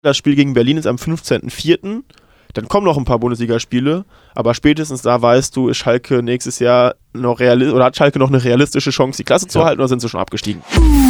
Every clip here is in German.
Das Spiel gegen Berlin ist am 15.04. Dann kommen noch ein paar Bundesligaspiele, aber spätestens da weißt du, ist Schalke nächstes Jahr noch oder hat Schalke noch eine realistische Chance, die Klasse zu halten, oder sind sie schon abgestiegen?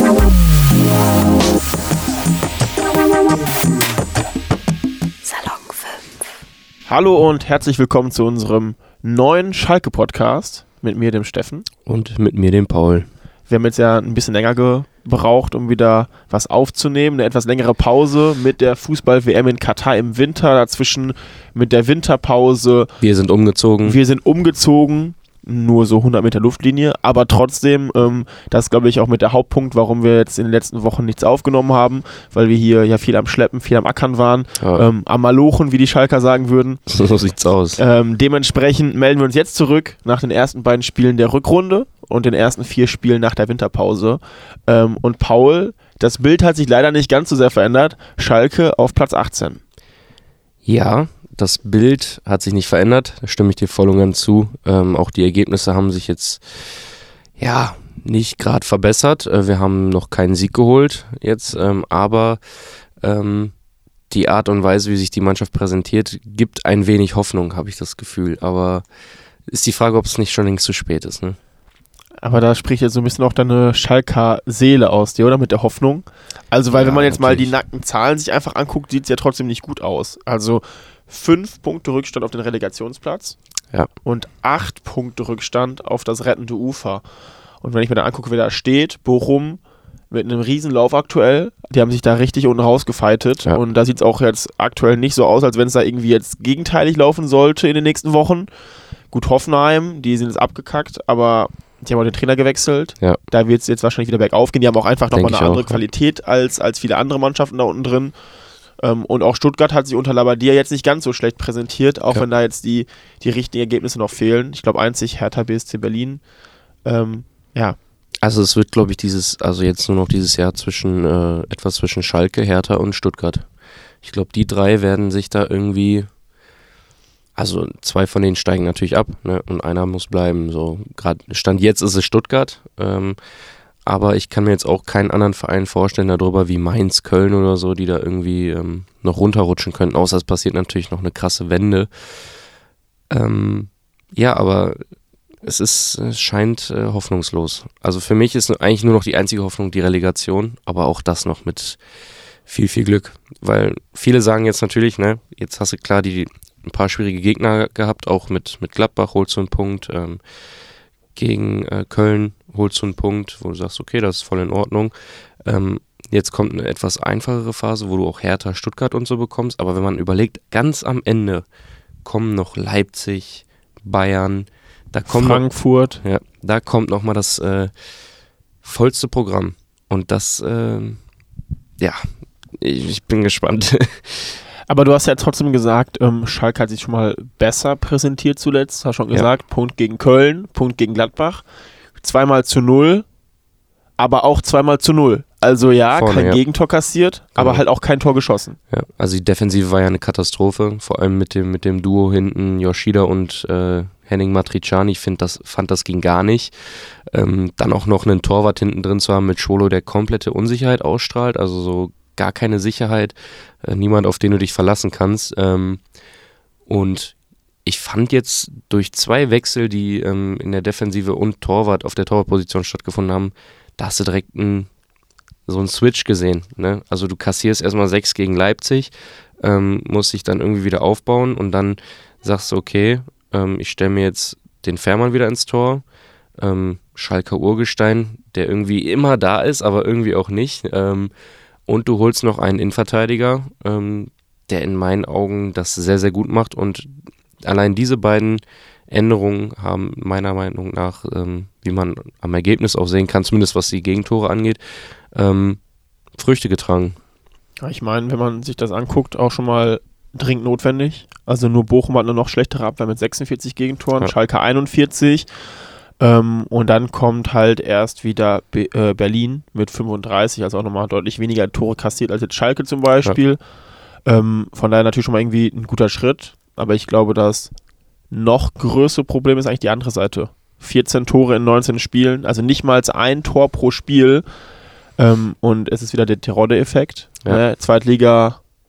Salon 5. Hallo und herzlich willkommen zu unserem neuen Schalke-Podcast mit mir, dem Steffen. Und mit mir, dem Paul. Wir haben jetzt ja ein bisschen länger gebraucht, um wieder was aufzunehmen. Eine etwas längere Pause mit der Fußball-WM in Katar im Winter. Dazwischen mit der Winterpause. Wir sind umgezogen. Nur so 100 Meter Luftlinie. Aber trotzdem, das ist, glaube ich, auch mit der Hauptpunkt, warum wir jetzt in den letzten Wochen nichts aufgenommen haben. Weil wir hier ja viel am Schleppen, viel am Ackern waren. Ja. Am Malochen, wie die Schalker sagen würden. So sieht's aus. Dementsprechend melden wir uns jetzt zurück nach den ersten beiden Spielen der Rückrunde und den ersten 4 Spielen nach der Winterpause. Und Paul, das Bild hat sich leider nicht ganz so sehr verändert. Schalke auf Platz 18. Ja, das Bild hat sich nicht verändert, da stimme ich dir voll und ganz zu. Auch die Ergebnisse haben sich jetzt nicht gerade verbessert. Wir haben noch keinen Sieg geholt jetzt, aber die Art und Weise, wie sich die Mannschaft präsentiert, gibt ein wenig Hoffnung, habe ich das Gefühl. Aber ist die Frage, ob es nicht schon längst zu spät ist, ne? Aber da spricht jetzt so ein bisschen auch deine Schalker Seele aus dir, oder? Mit der Hoffnung. Also, weil wenn man jetzt mal die nackten Zahlen sich einfach anguckt, sieht es ja trotzdem nicht gut aus. Also 5 Punkte Rückstand auf den Relegationsplatz und 8 Punkte Rückstand auf das rettende Ufer. Und wenn ich mir dann angucke, wer da steht, Bochum mit einem Riesenlauf aktuell, die haben sich da richtig unten rausgefeitet. Ja. Und da sieht es auch jetzt aktuell nicht so aus, als wenn es da irgendwie jetzt gegenteilig laufen sollte in den nächsten Wochen. Gut, Hoffenheim, die sind jetzt abgekackt, aber die haben auch den Trainer gewechselt. Ja. Da wird es jetzt wahrscheinlich wieder bergauf gehen. Die haben auch einfach nochmal eine andere Qualität als viele andere Mannschaften da unten drin. Und auch Stuttgart hat sich unter Labbadia jetzt nicht ganz so schlecht präsentiert, auch wenn da jetzt die richtigen Ergebnisse noch fehlen. Ich glaube einzig Hertha BSC Berlin. Also es wird, glaube ich, jetzt nur noch dieses Jahr etwas zwischen Schalke, Hertha und Stuttgart. Ich glaube, die 3 werden sich da irgendwie... Also 2 von denen steigen natürlich ab, ne? Und einer muss bleiben. So, gerade Stand jetzt ist es Stuttgart, aber ich kann mir jetzt auch keinen anderen Verein vorstellen darüber wie Mainz, Köln oder so, die da irgendwie noch runterrutschen könnten, außer es passiert natürlich noch eine krasse Wende. Aber es scheint hoffnungslos. Also für mich ist eigentlich nur noch die einzige Hoffnung die Relegation, aber auch das noch mit viel, viel Glück. Weil viele sagen jetzt natürlich, ne, jetzt hast du klar ein paar schwierige Gegner gehabt, auch mit Gladbach holst du einen Punkt, gegen Köln holst du einen Punkt, wo du sagst, okay, das ist voll in Ordnung. Jetzt kommt eine etwas einfachere Phase, wo du auch Hertha, Stuttgart und so bekommst, aber wenn man überlegt, ganz am Ende kommen noch Leipzig, Bayern, Frankfurt. Da kommt nochmal das vollste Programm und das, ich bin gespannt. Aber du hast ja trotzdem gesagt, Schalke hat sich schon mal besser präsentiert zuletzt. Hast schon gesagt, Punkt gegen Köln, Punkt gegen Gladbach. 2-0, aber auch 2-0. Also kein Gegentor kassiert, aber halt auch kein Tor geschossen. Ja, also die Defensive war ja eine Katastrophe, vor allem mit dem Duo hinten Yoshida und Henning Matriciani. Ich fand das ging gar nicht. Dann auch noch einen Torwart hinten drin zu haben mit Scholo, der komplette Unsicherheit ausstrahlt, also so gar keine Sicherheit, niemand, auf den du dich verlassen kannst. Und ich fand jetzt durch 2 Wechsel, die in der Defensive und Torwart auf der Torwartposition stattgefunden haben, da hast du direkt so einen Switch gesehen. Ne? Also du kassierst erstmal 6 gegen Leipzig, musst dich dann irgendwie wieder aufbauen und dann sagst du, okay, ich stelle mir jetzt den Fährmann wieder ins Tor, Schalker Urgestein, der irgendwie immer da ist, aber irgendwie auch nicht, und du holst noch einen Innenverteidiger, der in meinen Augen das sehr, sehr gut macht. Und allein diese beiden Änderungen haben meiner Meinung nach, wie man am Ergebnis auch sehen kann, zumindest was die Gegentore angeht, Früchte getragen. Ja, ich meine, wenn man sich das anguckt, auch schon mal dringend notwendig. Also nur Bochum hat eine noch schlechtere Abwehr mit 46 Gegentoren, Schalke 41. Und dann kommt halt erst wieder Berlin mit 35, also auch nochmal deutlich weniger Tore kassiert als jetzt Schalke zum Beispiel. Von daher natürlich schon mal irgendwie ein guter Schritt, aber ich glaube, das noch größere Problem ist eigentlich die andere Seite. 14 Tore in 19 Spielen, also nicht mal ein Tor pro Spiel. Und es ist wieder der Terodde-Effekt. Zweitliga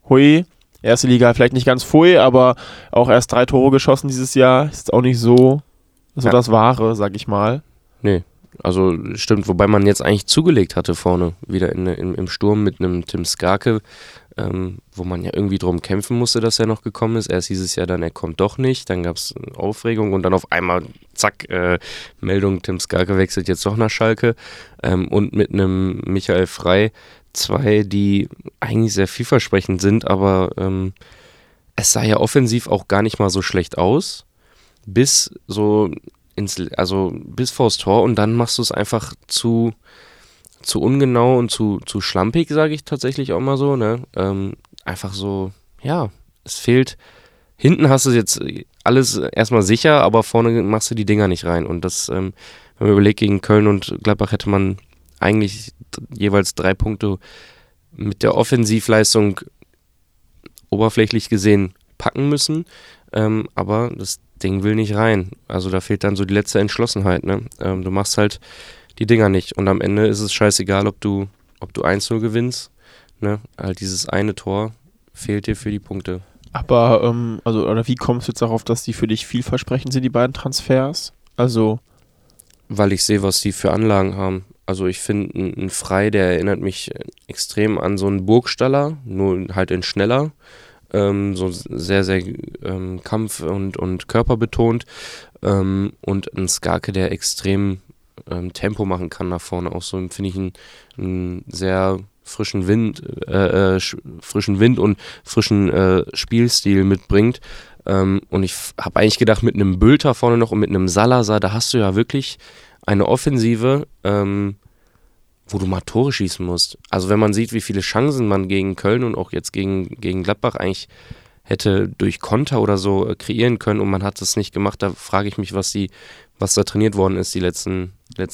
hui. Erste Liga vielleicht nicht ganz pfui, aber auch erst 3 Tore geschossen dieses Jahr. Ist auch nicht so das Wahre, sag ich mal. Nee, also stimmt, wobei man jetzt eigentlich zugelegt hatte vorne, wieder im Sturm mit einem Tim Skarke, wo man ja irgendwie drum kämpfen musste, dass er noch gekommen ist. Erst hieß es ja dann, er kommt doch nicht, dann gab es Aufregung und dann auf einmal, zack, Meldung, Tim Skarke wechselt jetzt doch nach Schalke und mit einem Michael Frey, 2, die eigentlich sehr vielversprechend sind, aber es sah ja offensiv auch gar nicht mal so schlecht aus, bis vors Tor und dann machst du es einfach zu ungenau und zu schlampig, sage ich tatsächlich auch mal so, ne? Einfach so, ja, es fehlt, hinten hast du jetzt alles erstmal sicher, aber vorne machst du die Dinger nicht rein und das, wenn man überlegt, gegen Köln und Gladbach hätte man eigentlich jeweils 3 Punkte mit der Offensivleistung oberflächlich gesehen packen müssen, aber das Ding will nicht rein. Also da fehlt dann so die letzte Entschlossenheit, ne? Du machst halt die Dinger nicht und am Ende ist es scheißegal, ob du 1-0 gewinnst, ne? Halt dieses eine Tor fehlt dir für die Punkte. Aber, oder wie kommst du jetzt darauf, dass die für dich vielversprechend sind, die beiden Transfers? Also weil ich sehe, was die für Anlagen haben. Also ich finde, ein Frey, der erinnert mich extrem an so einen Burgstaller, nur halt in schneller. So sehr, sehr kampf- und körperbetont. Und ein Skarke, der extrem Tempo machen kann nach vorne. Auch so, finde ich, einen sehr frischen Wind und frischen Spielstil mitbringt. Und ich habe eigentlich gedacht, mit einem Bülter vorne noch und mit einem Salazar, da hast du ja wirklich eine Offensive, wo du mal Tore schießen musst. Also wenn man sieht, wie viele Chancen man gegen Köln und auch jetzt gegen Gladbach eigentlich hätte durch Konter oder so kreieren können und man hat es nicht gemacht, da frage ich mich, was da trainiert worden ist die letzten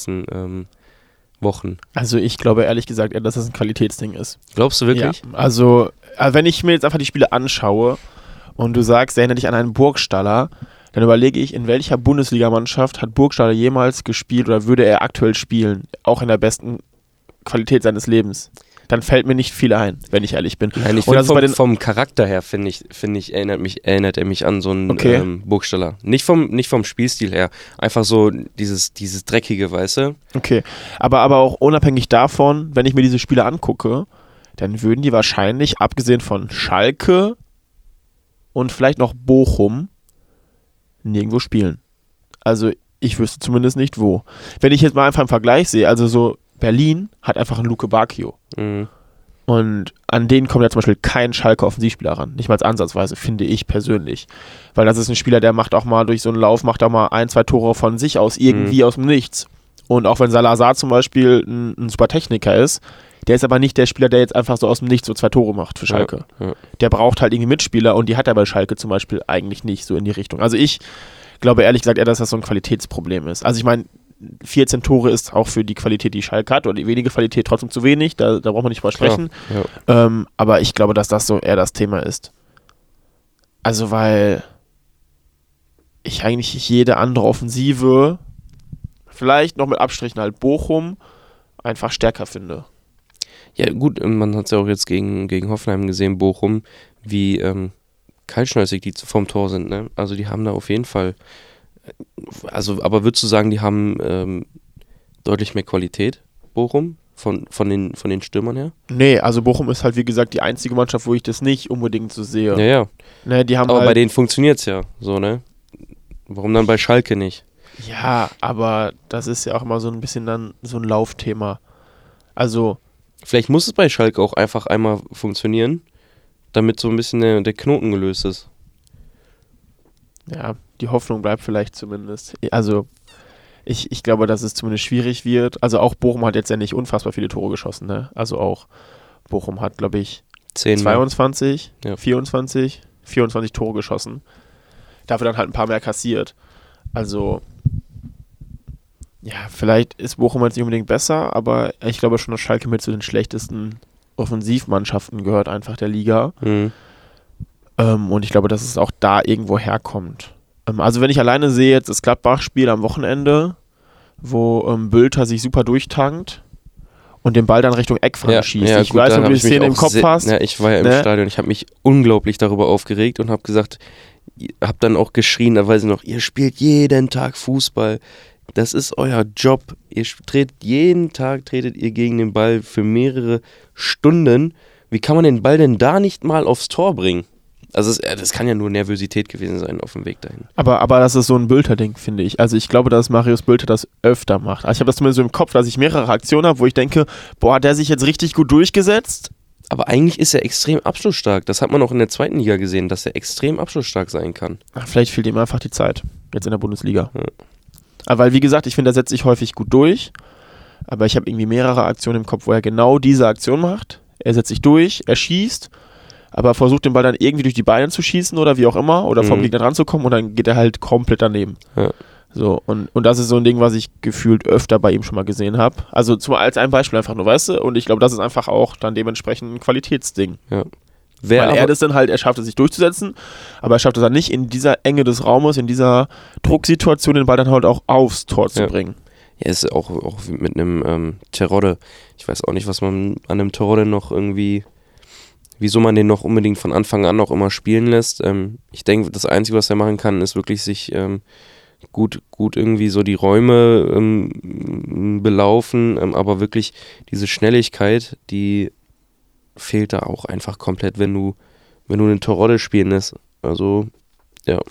Wochen. Also ich glaube ehrlich gesagt eher, dass das ein Qualitätsding ist. Glaubst du wirklich? Ja, also wenn ich mir jetzt einfach die Spiele anschaue und du sagst, erinnere dich an einen Burgstaller, dann überlege ich, in welcher Bundesligamannschaft hat Burgstaller jemals gespielt oder würde er aktuell spielen, auch in der besten Qualität seines Lebens. Dann fällt mir nicht viel ein, wenn ich ehrlich bin. Nein, ich finde vom Charakter her, finde ich, erinnert er mich an so einen Burgstaller. Nicht vom Spielstil her. Einfach so dieses Dreckige, weißt du? Okay, aber auch unabhängig davon, wenn ich mir diese Spiele angucke, dann würden die wahrscheinlich, abgesehen von Schalke und vielleicht noch Bochum, nirgendwo spielen. Also ich wüsste zumindest nicht wo. Wenn ich jetzt mal einfach im Vergleich sehe, also so Berlin hat einfach einen Luke Bacchio. Mhm. Und an den kommt ja zum Beispiel kein Schalke Offensivspieler ran. Nicht mal ansatzweise, finde ich persönlich. Weil das ist ein Spieler, der macht auch mal durch so einen Lauf, macht auch mal 1-2 Tore von sich aus, irgendwie aus dem Nichts. Und auch wenn Salazar zum Beispiel ein super Techniker ist, der ist aber nicht der Spieler, der jetzt einfach so aus dem Nichts so 2 Tore macht für Schalke. Ja. Der braucht halt irgendwie Mitspieler und die hat er bei Schalke zum Beispiel eigentlich nicht so in die Richtung. Also ich glaube ehrlich gesagt eher, dass das so ein Qualitätsproblem ist. Also ich meine, 14 Tore ist auch für die Qualität, die Schalke hat, oder die wenige Qualität trotzdem zu wenig, da braucht man nicht drüber sprechen. Ja. Aber ich glaube, dass das so eher das Thema ist. Also weil ich eigentlich jede andere Offensive, vielleicht noch mit Abstrichen halt Bochum, einfach stärker finde. Ja gut, man hat es ja auch jetzt gegen Hoffenheim gesehen, Bochum, wie kaltschnäuzig die vom Tor sind, ne? Also die haben da auf jeden Fall, aber würdest du sagen, die haben deutlich mehr Qualität, Bochum, von den Stürmern her? Nee, also Bochum ist halt wie gesagt die einzige Mannschaft, wo ich das nicht unbedingt so sehe. Ja. Ne, die haben aber halt bei denen funktioniert es ja so, ne? Warum dann bei Schalke nicht? Ja, aber das ist ja auch immer so ein bisschen dann so ein Laufthema. Also vielleicht muss es bei Schalke auch einfach einmal funktionieren, damit so ein bisschen der Knoten gelöst ist. Ja, die Hoffnung bleibt vielleicht zumindest. Also ich glaube, dass es zumindest schwierig wird. Also auch Bochum hat jetzt ja nicht unfassbar viele Tore geschossen, ne? Also auch Bochum hat, glaube ich, 22, ja. 24 Tore geschossen. Dafür dann halt ein paar mehr kassiert. Also ja, vielleicht ist Bochum jetzt nicht unbedingt besser, aber ich glaube schon, dass Schalke mit zu den schlechtesten Offensivmannschaften gehört einfach der Liga. Mhm. Und ich glaube, dass es auch da irgendwo herkommt. Also wenn ich alleine sehe jetzt das Gladbach-Spiel am Wochenende, wo Bülter sich super durchtankt und den Ball dann Richtung Eckfahne schießt. Ja, ich weiß nicht, ob du die Szene im Kopf hast. Ja, ich war ja im Stadion, ich habe mich unglaublich darüber aufgeregt und habe gesagt, habe dann auch geschrien, da weiß ich noch, ihr spielt jeden Tag Fußball, das ist euer Job, jeden Tag tretet ihr gegen den Ball für mehrere Stunden, wie kann man den Ball denn da nicht mal aufs Tor bringen? Also das kann ja nur Nervosität gewesen sein auf dem Weg dahin. Aber das ist so ein Bülter-Ding, finde ich. Also ich glaube, dass Marius Bülter das öfter macht. Also ich habe das zumindest so im Kopf, dass ich mehrere Aktionen habe, wo ich denke, boah, hat der sich jetzt richtig gut durchgesetzt? Aber eigentlich ist er extrem abschlussstark. Das hat man auch in der zweiten Liga gesehen, dass er extrem abschlussstark sein kann. Ach, vielleicht fehlt ihm einfach die Zeit, jetzt in der Bundesliga. Ja. Aber weil, wie gesagt, ich finde, er setzt sich häufig gut durch. Aber ich habe irgendwie mehrere Aktionen im Kopf, wo er genau diese Aktion macht. Er setzt sich durch, er schießt, aber versucht den Ball dann irgendwie durch die Beine zu schießen oder wie auch immer oder vom Gegner dran zu kommen und dann geht er halt komplett daneben. Ja. So, und das ist so ein Ding, was ich gefühlt öfter bei ihm schon mal gesehen habe. Also als ein Beispiel einfach nur, weißt du? Und ich glaube, das ist einfach auch dann dementsprechend ein Qualitätsding. Ja. Weil er das dann halt, er schafft es sich durchzusetzen, aber er schafft es dann nicht in dieser Enge des Raumes, in dieser Drucksituation den Ball dann halt auch aufs Tor zu bringen. Ja, ist auch mit einem Terodde. Ich weiß auch nicht, was man an einem Terodde noch irgendwie, wieso man den noch unbedingt von Anfang an auch immer spielen lässt. Ich denke, das Einzige, was er machen kann, ist wirklich sich gut irgendwie so die Räume belaufen, aber wirklich diese Schnelligkeit, die fehlt da auch einfach komplett, wenn du einen Terodde spielen lässt. Also, ja.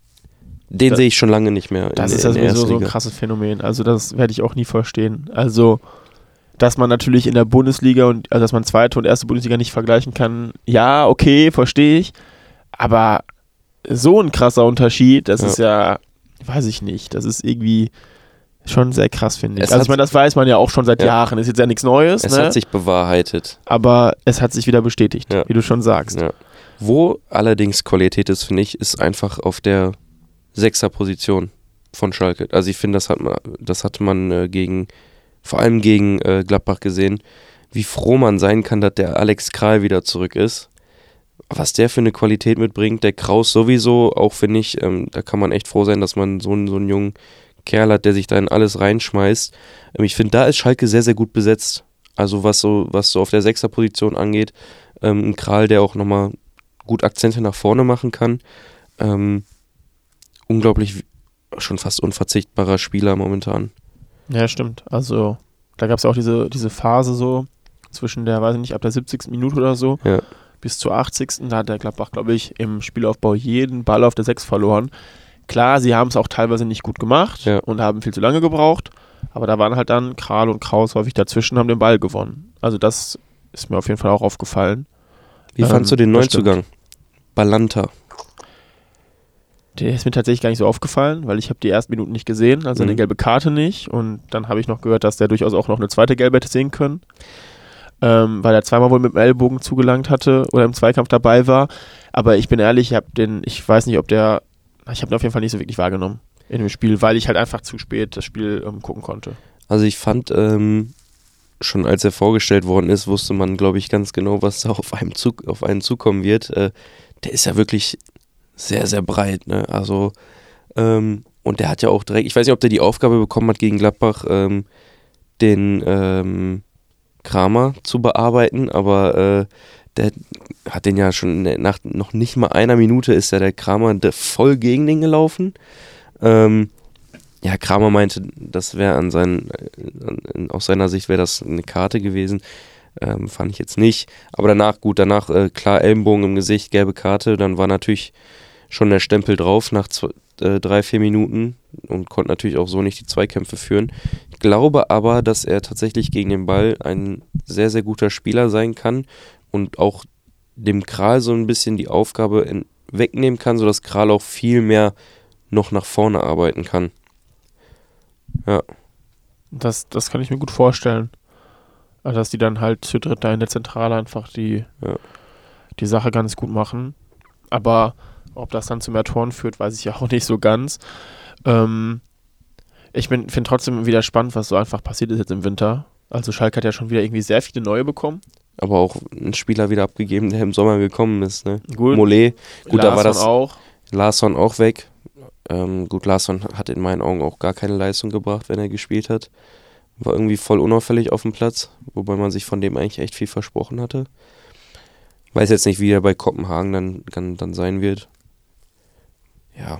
Den sehe ich schon lange nicht mehr. Das ist ja sowieso so ein krasses Phänomen. Also das werde ich auch nie verstehen. Also, dass man natürlich in der Bundesliga also dass man zweite und erste Bundesliga nicht vergleichen kann, ja, okay, verstehe ich. Aber so ein krasser Unterschied, das ist ja, weiß ich nicht, das ist irgendwie schon sehr krass, finde ich. Also ich meine, das weiß man ja auch schon seit Jahren. Ist jetzt ja nichts Neues. Es hat sich bewahrheitet. Aber es hat sich wieder bestätigt, wie du schon sagst. Ja. Wo allerdings Qualität ist, finde ich, ist einfach auf der Sechser-Position von Schalke. Also ich finde, das hat man vor allem gegen Gladbach gesehen, wie froh man sein kann, dass der Alex Kral wieder zurück ist. Was der für eine Qualität mitbringt, der Kraus sowieso, auch finde ich, da kann man echt froh sein, dass man so einen jungen Kerl hat, der sich da in alles reinschmeißt. Ich finde, da ist Schalke sehr, sehr gut besetzt. Also was so auf der Sechser-Position angeht, ein Kral, der auch nochmal gut Akzente nach vorne machen kann. Unglaublich, schon fast unverzichtbarer Spieler momentan. Ja, stimmt. Also da gab es ja auch diese Phase so zwischen der, weiß ich nicht, ab der 70. Minute oder so bis zur 80. Da hat der Gladbach, glaube ich, im Spielaufbau jeden Ball auf der 6 verloren. Klar, sie haben es auch teilweise nicht gut gemacht und haben viel zu lange gebraucht, aber da waren halt dann Kral und Kraus häufig dazwischen, haben den Ball gewonnen. Also das ist mir auf jeden Fall auch aufgefallen. Wie fandst du den Neuzugang? Balanta. Der ist mir tatsächlich gar nicht so aufgefallen, weil ich habe die ersten Minuten nicht gesehen, also eine gelbe Karte nicht. Und dann habe ich noch gehört, dass der durchaus auch noch eine zweite gelbe hätte sehen können, weil er zweimal wohl mit dem Ellbogen zugelangt hatte oder im Zweikampf dabei war. Aber ich bin ehrlich, ich weiß nicht, ich habe ihn auf jeden Fall nicht so wirklich wahrgenommen in dem Spiel, weil ich halt einfach zu spät das Spiel gucken konnte. Also ich fand, schon als er vorgestellt worden ist, wusste man, glaube ich, ganz genau, was da auf einen zukommen wird. Der ist ja wirklich sehr, sehr breit, ne? Also, und der hat ja auch direkt, ich weiß nicht, ob der die Aufgabe bekommen hat, gegen Gladbach den Kramer zu bearbeiten, aber der hat den ja schon nach noch nicht mal einer Minute ist der Kramer voll gegen den gelaufen. Ja, Kramer meinte, das wäre aus seiner Sicht wäre das eine Karte gewesen. Fand ich jetzt nicht. Aber danach, klar, Ellenbogen im Gesicht, gelbe Karte, dann war natürlich schon der Stempel drauf nach 3-4 Minuten und konnte natürlich auch so nicht die Zweikämpfe führen. Ich glaube aber, dass er tatsächlich gegen den Ball ein sehr, sehr guter Spieler sein kann und auch dem Kral so ein bisschen die Aufgabe wegnehmen kann, sodass Kral auch viel mehr noch nach vorne arbeiten kann. Ja. Das kann ich mir gut vorstellen. Also, dass die dann halt zu dritt da in der Zentrale einfach die Sache ganz gut machen. Aber ob das dann zu mehr Toren führt, weiß ich ja auch nicht so ganz. Ich finde trotzdem wieder spannend, was so einfach passiert ist jetzt im Winter. Also Schalke hat ja schon wieder irgendwie sehr viele neue bekommen. Aber auch einen Spieler wieder abgegeben, der im Sommer gekommen ist. Ne? Gut. Mollet. Gut, da war das auch. Larsson auch weg. Gut, Larsson hat in meinen Augen auch gar keine Leistung gebracht, wenn er gespielt hat. War irgendwie voll unauffällig auf dem Platz, wobei man sich von dem eigentlich echt viel versprochen hatte. Weiß jetzt nicht, wie er bei Kopenhagen dann sein wird. Ja.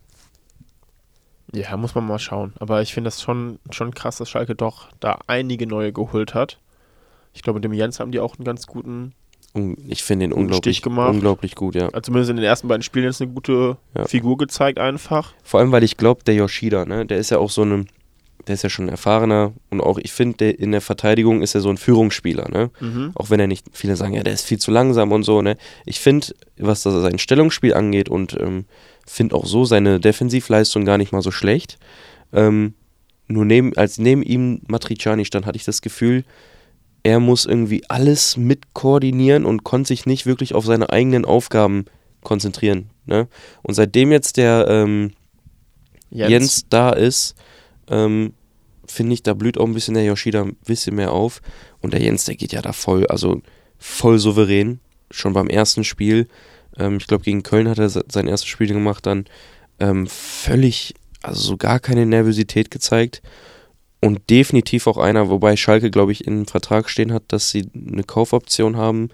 Ja, muss man mal schauen. Aber ich finde das schon krass, dass Schalke doch da einige neue geholt hat. Ich glaube, mit dem Jens haben die auch einen ganz guten Ich finde ihn Stich gemacht. unglaublich gut, ja. Also zumindest in den ersten beiden Spielen jetzt eine gute Figur gezeigt einfach. Vor allem, weil ich glaube, der Yoshida, ne, der ist ja auch der ist ja schon ein erfahrener und auch, ich finde, in der Verteidigung ist er so ein Führungsspieler, ne? Auch wenn er nicht, viele sagen, ja, der ist viel zu langsam und so, ne? Ich finde, was das sein Stellungsspiel angeht und finde auch so seine Defensivleistung gar nicht mal so schlecht. Nur als neben ihm Matriciani stand, hatte ich das Gefühl, er muss irgendwie alles mit koordinieren und konnte sich nicht wirklich auf seine eigenen Aufgaben konzentrieren, ne? Und seitdem jetzt der Jens da ist, finde ich, da blüht auch ein bisschen der Yoshida ein bisschen mehr auf. Und der Jens, der geht ja da voll souverän. Schon beim ersten Spiel. Ich glaube, gegen Köln hat er sein erstes Spiel gemacht, dann völlig, also so gar keine Nervosität gezeigt. Und definitiv auch einer, wobei Schalke, glaube ich, im Vertrag stehen hat, dass sie eine Kaufoption haben,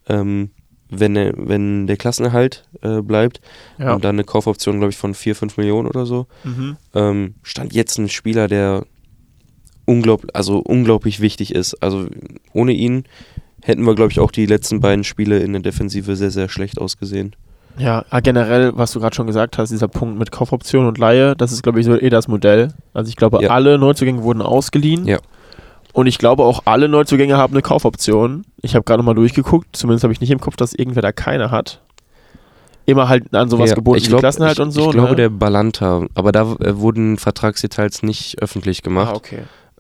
wenn der Klassenerhalt bleibt. Ja. Und dann eine Kaufoption, glaube ich, von 4-5 Millionen oder so. Stand jetzt ein Spieler, der unglaublich wichtig ist. Also ohne ihn hätten wir, glaube ich, auch die letzten beiden Spiele in der Defensive sehr, sehr schlecht ausgesehen. Ja, generell, was du gerade schon gesagt hast, dieser Punkt mit Kaufoption und Leihe, das ist, glaube ich, so das Modell. Also ich glaube, alle Neuzugänge wurden ausgeliehen. Ja. Und ich glaube, auch alle Neuzugänge haben eine Kaufoption. Ich habe gerade nochmal durchgeguckt, zumindest habe ich nicht im Kopf, dass irgendwer da keine hat. Immer halt an sowas gebunden wie Klassenhalt und so. Ich glaube, der Balanta, aber da wurden Vertragsdetails nicht öffentlich gemacht. Ah, okay.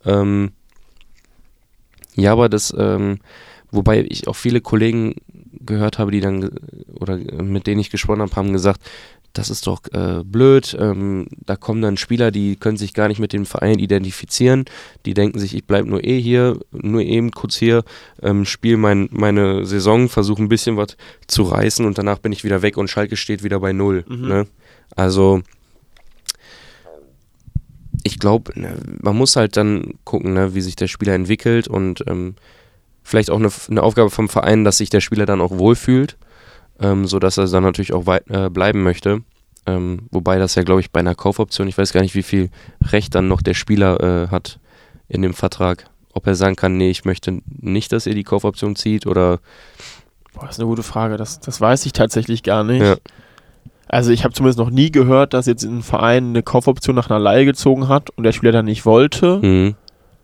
Ja, aber das, wobei ich auch viele Kollegen gehört habe, die dann, oder mit denen ich gesprochen habe, haben gesagt, das ist doch blöd, da kommen dann Spieler, die können sich gar nicht mit dem Verein identifizieren, die denken sich, ich bleibe nur hier, nur eben kurz hier, spiele meine Saison, versuche ein bisschen was zu reißen und danach bin ich wieder weg und Schalke steht wieder bei 0. Ne? Also ich glaube, man muss halt dann gucken, ne, wie sich der Spieler entwickelt und vielleicht auch eine Aufgabe vom Verein, dass sich der Spieler dann auch wohlfühlt, sodass er dann natürlich auch bleiben möchte. Wobei das ja, glaube ich, bei einer Kaufoption, ich weiß gar nicht, wie viel Recht dann noch der Spieler hat in dem Vertrag. Ob er sagen kann, nee, ich möchte nicht, dass ihr die Kaufoption zieht oder... Boah, das ist eine gute Frage, das weiß ich tatsächlich gar nicht. Ja. Also ich habe zumindest noch nie gehört, dass jetzt ein Verein eine Kaufoption nach einer Leihe gezogen hat und der Spieler dann nicht wollte.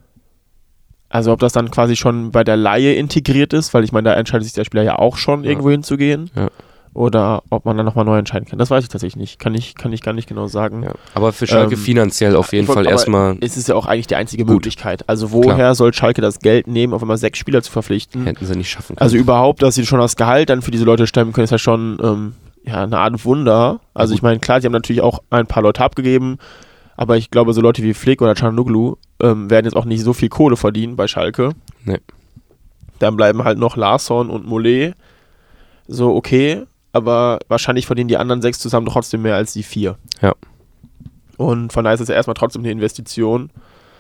Also ob das dann quasi schon bei der Leihe integriert ist, weil ich meine, da entscheidet sich der Spieler ja auch schon, irgendwo hinzugehen. Ja. Oder ob man dann nochmal neu entscheiden kann. Das weiß ich tatsächlich nicht. Kann ich gar nicht genau sagen. Ja. Aber für Schalke finanziell auf jeden Fall erstmal... Es ist ja auch eigentlich die einzige Möglichkeit. Also woher soll Schalke das Geld nehmen, auf einmal 6 Spieler zu verpflichten? Hätten sie nicht schaffen können. Also überhaupt, dass sie schon das Gehalt dann für diese Leute stemmen können, ist ja schon eine Art Wunder. Also ich meine, klar, sie haben natürlich auch ein paar Leute abgegeben, aber ich glaube, so Leute wie Flick oder Canoglu werden jetzt auch nicht so viel Kohle verdienen bei Schalke. Nee. Dann bleiben halt noch Larsson und Mollet. So, okay, aber wahrscheinlich verdienen die anderen 6 zusammen trotzdem mehr als die 4. Ja. Und von daher ist es ja erstmal trotzdem eine Investition.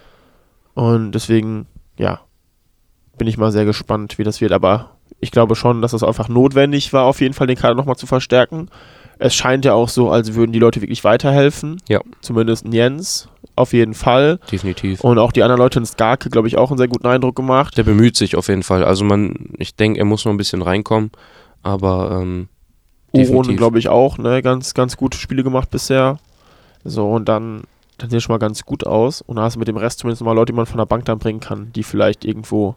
Und deswegen, ja, bin ich mal sehr gespannt, wie das wird. Aber ich glaube schon, dass es einfach notwendig war, auf jeden Fall den Kader nochmal zu verstärken. Es scheint ja auch so, als würden die Leute wirklich weiterhelfen. Ja. Zumindest ein Jens, auf jeden Fall. Definitiv. Und auch die anderen Leute, in Skarke, glaube ich, auch einen sehr guten Eindruck gemacht. Der bemüht sich auf jeden Fall. Also ich denke, er muss noch ein bisschen reinkommen, aber Uron, glaube ich, auch, ne, ganz, ganz gute Spiele gemacht bisher. So, und dann sieht es schon mal ganz gut aus. Und da hast du mit dem Rest zumindest mal Leute, die man von der Bank dann bringen kann, die vielleicht irgendwo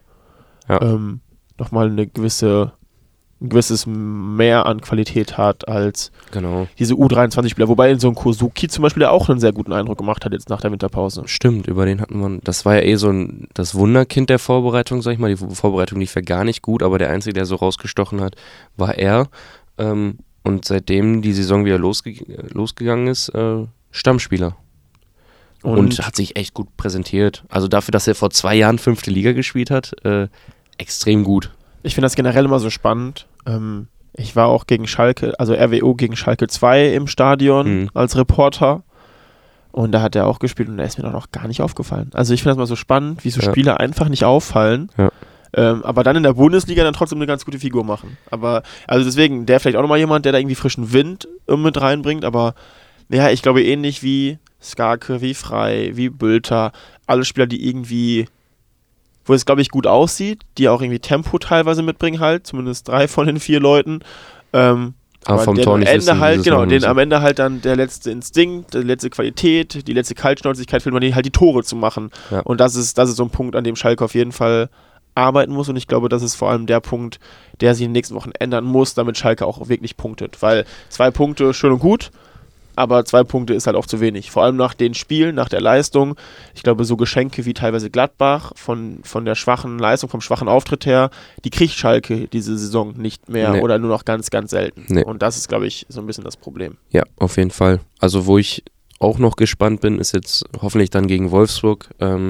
nochmal ein gewisses Mehr an Qualität hat als diese U23-Spieler. Wobei in so einem Kozuki zum Beispiel, der auch einen sehr guten Eindruck gemacht hat jetzt nach der Winterpause. Stimmt, über den hatten wir, das war ja das Wunderkind der Vorbereitung, sag ich mal. Die Vorbereitung lief ja gar nicht gut, aber der Einzige, der so rausgestochen hat, war er. Und seitdem die Saison wieder losgegangen ist, Stammspieler. Und hat sich echt gut präsentiert. Also dafür, dass er vor 2 Jahren 5. Liga gespielt hat, extrem gut. Ich finde das generell immer so spannend. Ich war auch gegen Schalke, also RWO gegen Schalke 2 im Stadion als Reporter. Und da hat er auch gespielt und da ist mir noch gar nicht aufgefallen. Also ich finde das mal so spannend, wie so Spieler einfach nicht auffallen. Ja. Aber dann in der Bundesliga dann trotzdem eine ganz gute Figur machen. Aber, also deswegen, der vielleicht auch nochmal jemand, der da irgendwie frischen Wind mit reinbringt, aber ja, ich glaube ähnlich wie Skarke, wie Frei, wie Bülter, alle Spieler, die irgendwie, wo es, glaube ich, gut aussieht, die auch irgendwie Tempo teilweise mitbringen halt, zumindest 3 von den 4 Leuten. Aber vom Tor nicht Ende wissen, halt, genau, den am Ende halt dann der letzte Instinkt, die letzte Qualität, die letzte Kaltschnäuzigkeit fehlt, man denen halt die Tore zu machen. Ja. Und das ist so ein Punkt, an dem Schalke auf jeden Fall arbeiten muss und ich glaube, das ist vor allem der Punkt, der sich in den nächsten Wochen ändern muss, damit Schalke auch wirklich punktet. Weil 2 Punkte, schön und gut, aber 2 Punkte ist halt auch zu wenig. Vor allem nach den Spielen, nach der Leistung. Ich glaube, so Geschenke wie teilweise Gladbach von der schwachen Leistung, vom schwachen Auftritt her, die kriegt Schalke diese Saison nicht mehr oder nur noch ganz, ganz selten. Nee. Und das ist, glaube ich, so ein bisschen das Problem. Ja, auf jeden Fall. Also wo ich auch noch gespannt bin, ist jetzt hoffentlich dann gegen Wolfsburg,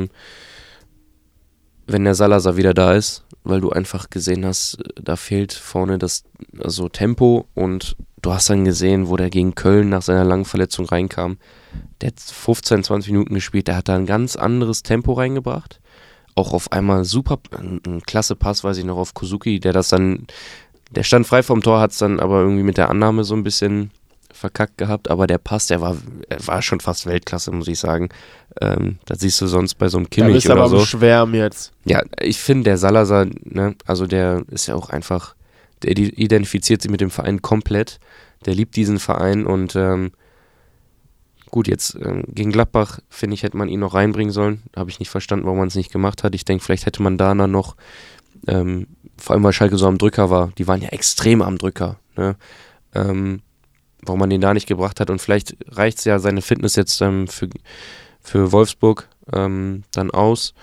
wenn der Salazar wieder da ist, weil du einfach gesehen hast, da fehlt vorne das Tempo und du hast dann gesehen, wo der gegen Köln nach seiner langen Verletzung reinkam. Der hat 15, 20 Minuten gespielt, der hat da ein ganz anderes Tempo reingebracht. Auch auf einmal super, ein klasse Pass, weiß ich noch, auf Kozuki, der stand frei vom Tor, hat es dann aber irgendwie mit der Annahme so ein bisschen verkackt gehabt, aber der Pass, der war schon fast Weltklasse, muss ich sagen. Das siehst du sonst bei so einem Kimmich oder so. Da bist aber am Schwärmen jetzt. Ja, ich finde, der Salazar, ne, also der ist ja auch einfach, der identifiziert sich mit dem Verein komplett. Der liebt diesen Verein und gut, jetzt gegen Gladbach, finde ich, hätte man ihn noch reinbringen sollen. Habe ich nicht verstanden, warum man es nicht gemacht hat. Ich denke, vielleicht hätte man da dann noch, vor allem weil Schalke so am Drücker war, die waren ja extrem am Drücker, ne? Warum man den da nicht gebracht hat und vielleicht reicht es ja seine Fitness jetzt für Wolfsburg dann aus.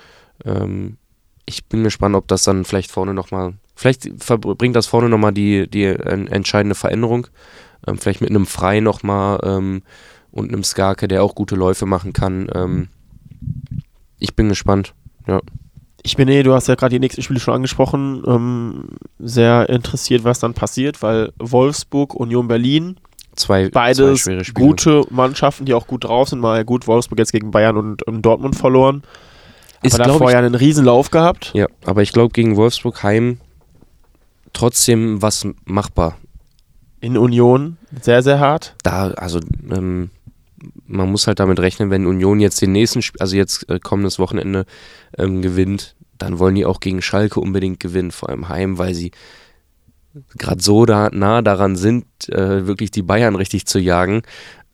Ich bin gespannt, ob das dann vielleicht vorne nochmal, vielleicht bringt das vorne nochmal die entscheidende Veränderung. Vielleicht mit einem Frei nochmal und einem Skarke, der auch gute Läufe machen kann. Ich bin gespannt, ja. Ich bin du hast ja gerade die nächsten Spiele schon angesprochen, sehr interessiert, was dann passiert, weil Wolfsburg, Union Berlin, beides gute Mannschaften, die auch gut drauf sind. Mal gut, Wolfsburg jetzt gegen Bayern und Dortmund verloren. Aber davor ja einen Riesenlauf gehabt. Ja, aber ich glaube, gegen Wolfsburg heim trotzdem was machbar. In Union sehr, sehr hart. Man muss halt damit rechnen, wenn Union jetzt den nächsten, also jetzt kommendes Wochenende gewinnt, dann wollen die auch gegen Schalke unbedingt gewinnen, vor allem heim, weil sie gerade so nah daran sind, wirklich die Bayern richtig zu jagen.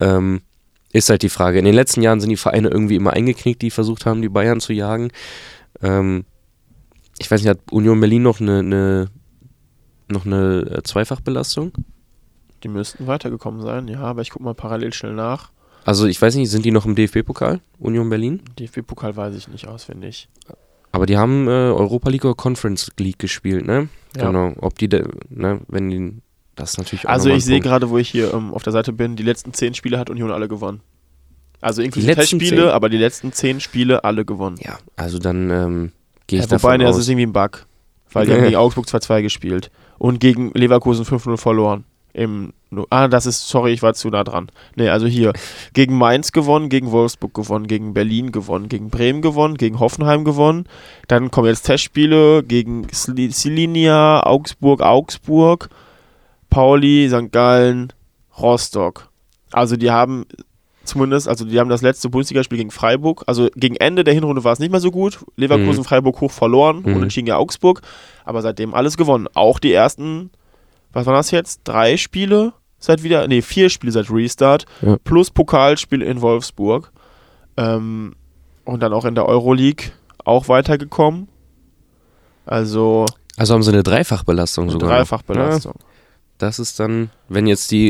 Ist halt die Frage. In den letzten Jahren sind die Vereine irgendwie immer eingeknickt, die versucht haben, die Bayern zu jagen. Ich weiß nicht, hat Union Berlin noch eine Zweifachbelastung? Die müssten weitergekommen sein, ja, aber ich gucke mal parallel schnell nach. Also ich weiß nicht, sind die noch im DFB-Pokal, Union Berlin? DFB-Pokal weiß ich nicht auswendig. Aber die haben Europa League oder Conference League gespielt, ne? Ja. Genau. Ob die, wenn die, das ist natürlich auch also ich sehe gerade, wo ich hier auf der Seite bin, die letzten 10 Spiele hat Union alle gewonnen. Also inklusive Testspiele, aber die letzten 10 Spiele alle gewonnen. Ja, also dann gehe ich davon aus. Wobei, das ist irgendwie ein Bug, weil die haben gegen Augsburg 2-2 gespielt und gegen Leverkusen 5-0 verloren. Ich war zu nah dran. Ne, also hier, gegen Mainz gewonnen, gegen Wolfsburg gewonnen, gegen Berlin gewonnen, gegen Bremen gewonnen, gegen Hoffenheim gewonnen. Dann kommen jetzt Testspiele gegen Slinia, Augsburg, Pauli, St. Gallen, Rostock. Also die haben das letzte Bundesligaspiel gegen Freiburg, also gegen Ende der Hinrunde war es nicht mehr so gut. Leverkusen, Freiburg hoch verloren, unentschieden gegen Augsburg, aber seitdem alles gewonnen. Auch die ersten, was waren das jetzt? 4 Spiele seit Restart, plus Pokalspiel in Wolfsburg. Und dann auch in der Euroleague auch weitergekommen. Also haben sie eine Dreifachbelastung sogar. Dreifachbelastung. Ja, das ist dann, wenn jetzt die,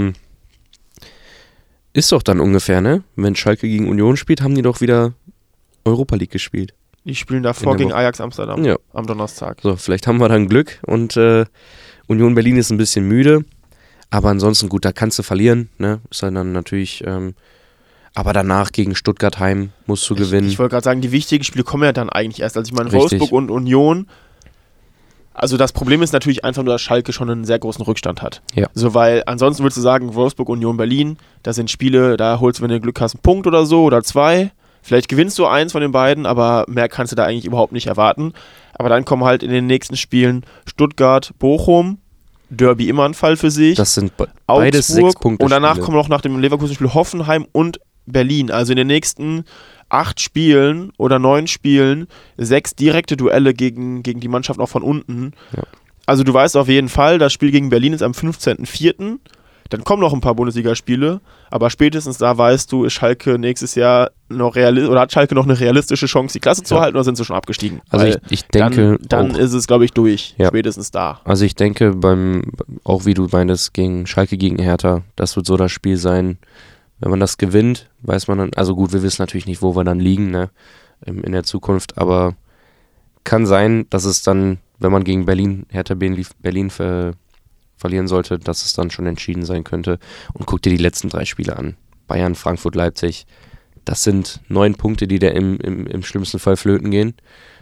ist doch dann ungefähr, ne? Wenn Schalke gegen Union spielt, haben die doch wieder Europa League gespielt. Die spielen davor gegen Ajax Amsterdam am Donnerstag. So, vielleicht haben wir dann Glück und Union Berlin ist ein bisschen müde, aber ansonsten gut, da kannst du verlieren, ne? Ist dann natürlich, aber danach gegen Stuttgart heim musst du gewinnen. Ich wollte gerade sagen, die wichtigen Spiele kommen ja dann eigentlich erst. Also ich meine, Wolfsburg und Union Also das Problem ist natürlich einfach nur, dass Schalke schon einen sehr großen Rückstand hat. Ja. So, weil ansonsten würdest du sagen, Wolfsburg, Union Berlin, das sind Spiele, da holst du, wenn du Glück hast, einen Punkt oder so oder 2. Vielleicht gewinnst du eins von den beiden, aber mehr kannst du da eigentlich überhaupt nicht erwarten. Aber dann kommen halt in den nächsten Spielen Stuttgart, Bochum, Derby immer ein Fall für sich. Das sind beides 6 Punkte. Und danach kommen noch nach dem Leverkusen-Spiel Hoffenheim und Berlin. Also in den nächsten 8 Spielen oder 9 Spielen 6 direkte Duelle gegen die Mannschaft auch von unten. Ja. Also du weißt auf jeden Fall, das Spiel gegen Berlin ist am 15.04. Dann kommen noch ein paar Bundesligaspiele, aber spätestens da weißt du, ist Schalke nächstes Jahr noch oder hat Schalke noch eine realistische Chance, die Klasse zu halten, oder sind sie schon abgestiegen? Also ich denke, dann ist es, glaube ich, durch, spätestens da. Also ich denke, auch wie du meintest, gegen Schalke gegen Hertha, das wird so das Spiel sein. Wenn man das gewinnt, weiß man dann, also gut, wir wissen natürlich nicht, wo wir dann liegen, ne, in der Zukunft, aber kann sein, dass es dann, wenn man gegen Hertha Berlin verlieren sollte, dass es dann schon entschieden sein könnte. Und guck dir die letzten 3 Spiele an. Bayern, Frankfurt, Leipzig. Das sind 9 Punkte, die da im schlimmsten Fall flöten gehen.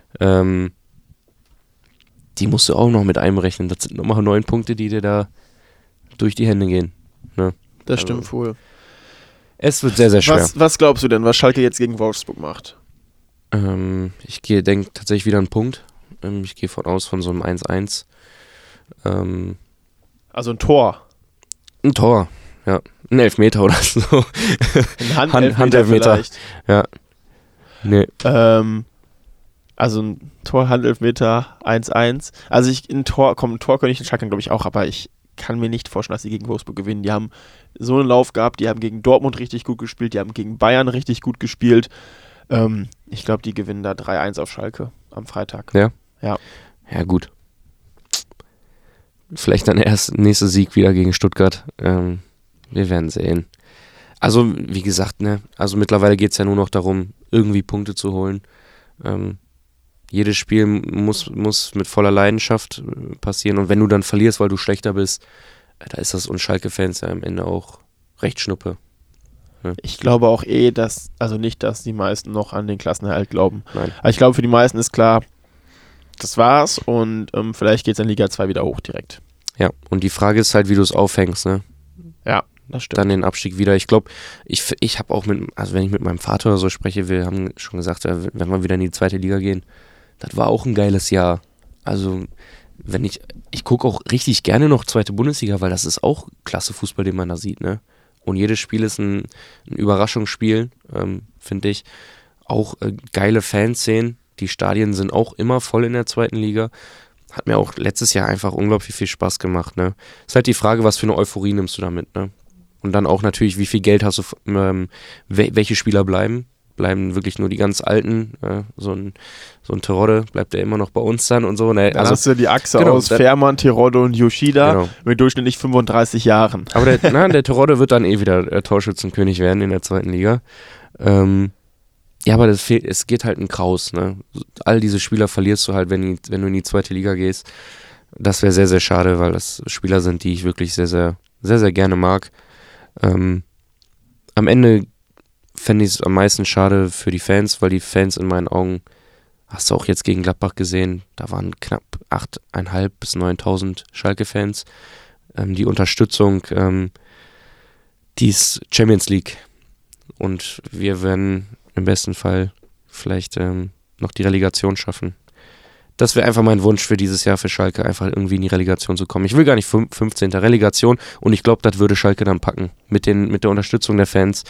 Die musst du auch noch mit einberechnen. Das sind nochmal 9 Punkte, die dir da durch die Hände gehen. Ne? Das stimmt wohl. Es wird sehr, sehr schwer. Was glaubst du denn, was Schalke jetzt gegen Wolfsburg macht? Ich denke tatsächlich wieder einen Punkt. Ich gehe von so einem 1-1. Also ein Tor. Ein Tor, ja. Ein Elfmeter oder so. Ein Handelfmeter vielleicht. Ja. Nee. Also ein Tor, Handelfmeter, 1-1. Also ein Tor könnte ich den Schalke, glaube ich, auch, aber ich kann mir nicht vorstellen, dass sie gegen Wolfsburg gewinnen. Die haben so einen Lauf gehabt, die haben gegen Dortmund richtig gut gespielt, die haben gegen Bayern richtig gut gespielt. Ich glaube, die gewinnen da 3-1 auf Schalke am Freitag. Ja? Ja. Ja, gut. Vielleicht dann erst nächster Sieg wieder gegen Stuttgart. Wir werden sehen. Also, wie gesagt, ne, also mittlerweile geht es ja nur noch darum, irgendwie Punkte zu holen. Jedes Spiel muss mit voller Leidenschaft passieren. Und wenn du dann verlierst, weil du schlechter bist, da ist das uns Schalke-Fans ja am Ende auch recht Schnuppe. Ja. Ich glaube auch nicht, dass die meisten noch an den Klassenerhalt glauben. Nein. Aber ich glaube, für die meisten ist klar, das war's und vielleicht geht es in Liga 2 wieder hoch direkt. Ja, und die Frage ist halt, wie du es aufhängst, ne? Ja, das stimmt. Dann den Abstieg wieder. Ich glaube, ich habe auch wenn ich mit meinem Vater oder so spreche, wir haben schon gesagt, wenn wir wieder in die 2. Liga gehen, das war auch ein geiles Jahr. Also, ich gucke auch richtig gerne noch 2. Bundesliga, weil das ist auch klasse Fußball, den man da sieht, ne? Und jedes Spiel ist ein Überraschungsspiel, finde ich. Auch geile Fanszenen. Die Stadien sind auch immer voll in der 2. Liga. Hat mir auch letztes Jahr einfach unglaublich viel Spaß gemacht, ne? Ist halt die Frage, was für eine Euphorie nimmst du damit, ne? Und dann auch natürlich, wie viel Geld hast du, welche Spieler bleiben wirklich nur die ganz Alten, so ein Terodde, bleibt der immer noch bei uns dann und so, ne? Dann hast du die Achse aus Fährmann, Terodde und Yoshida mit durchschnittlich 35 Jahren. Aber der Terodde wird dann wieder Torschützenkönig werden in der 2. Liga. Ja, aber es geht halt ein Kraus, ne? All diese Spieler verlierst du halt, wenn du in die 2. Liga gehst. Das wäre sehr, sehr schade, weil das Spieler sind, die ich wirklich sehr, sehr, sehr, sehr gerne mag. Am Ende fände ich es am meisten schade für die Fans, weil die Fans in meinen Augen, hast du auch jetzt gegen Gladbach gesehen, da waren knapp 8.500 bis 9.000 Schalke-Fans. Die Unterstützung, die ist Champions League. Und wir werden im besten Fall vielleicht noch die Relegation schaffen. Das wäre einfach mein Wunsch für dieses Jahr für Schalke, einfach irgendwie in die Relegation zu kommen. Ich will gar nicht 15. Relegation und ich glaube, das würde Schalke dann packen. Mit der Unterstützung der Fans.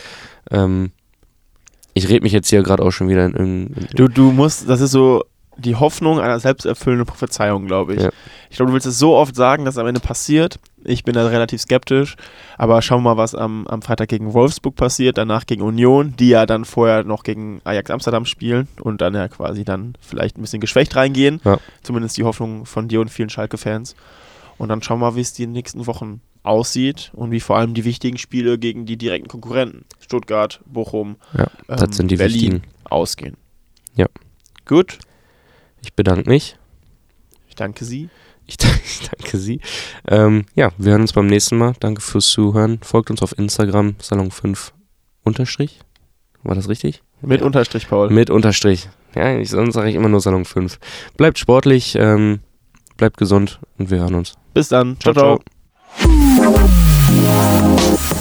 Ich rede mich jetzt hier gerade auch schon wieder in Du musst, das ist so die Hoffnung einer selbsterfüllenden Prophezeiung, glaube ich. Ja. Ich glaube, du willst es so oft sagen, dass es am Ende passiert. Ich bin da relativ skeptisch, aber schauen wir mal, was am Freitag gegen Wolfsburg passiert, danach gegen Union, die ja dann vorher noch gegen Ajax Amsterdam spielen und dann ja quasi dann vielleicht ein bisschen geschwächt reingehen. Ja. Zumindest die Hoffnung von dir und vielen Schalke-Fans. Und dann schauen wir mal, wie es die nächsten Wochen aussieht und wie vor allem die wichtigen Spiele gegen die direkten Konkurrenten, Stuttgart, Bochum, das sind die Berlin, wichtigen, ausgehen. Ja. Gut. Ich bedanke mich. Ich danke Sie. Ich danke Sie. Ja, wir hören uns beim nächsten Mal. Danke fürs Zuhören. Folgt uns auf Instagram, Salon5 _. War das richtig? Mit Unterstrich, Paul. Mit Unterstrich. Ja, sonst sage ich immer nur Salon5. Bleibt sportlich, bleibt gesund und wir hören uns. Bis dann. Ciao, ciao.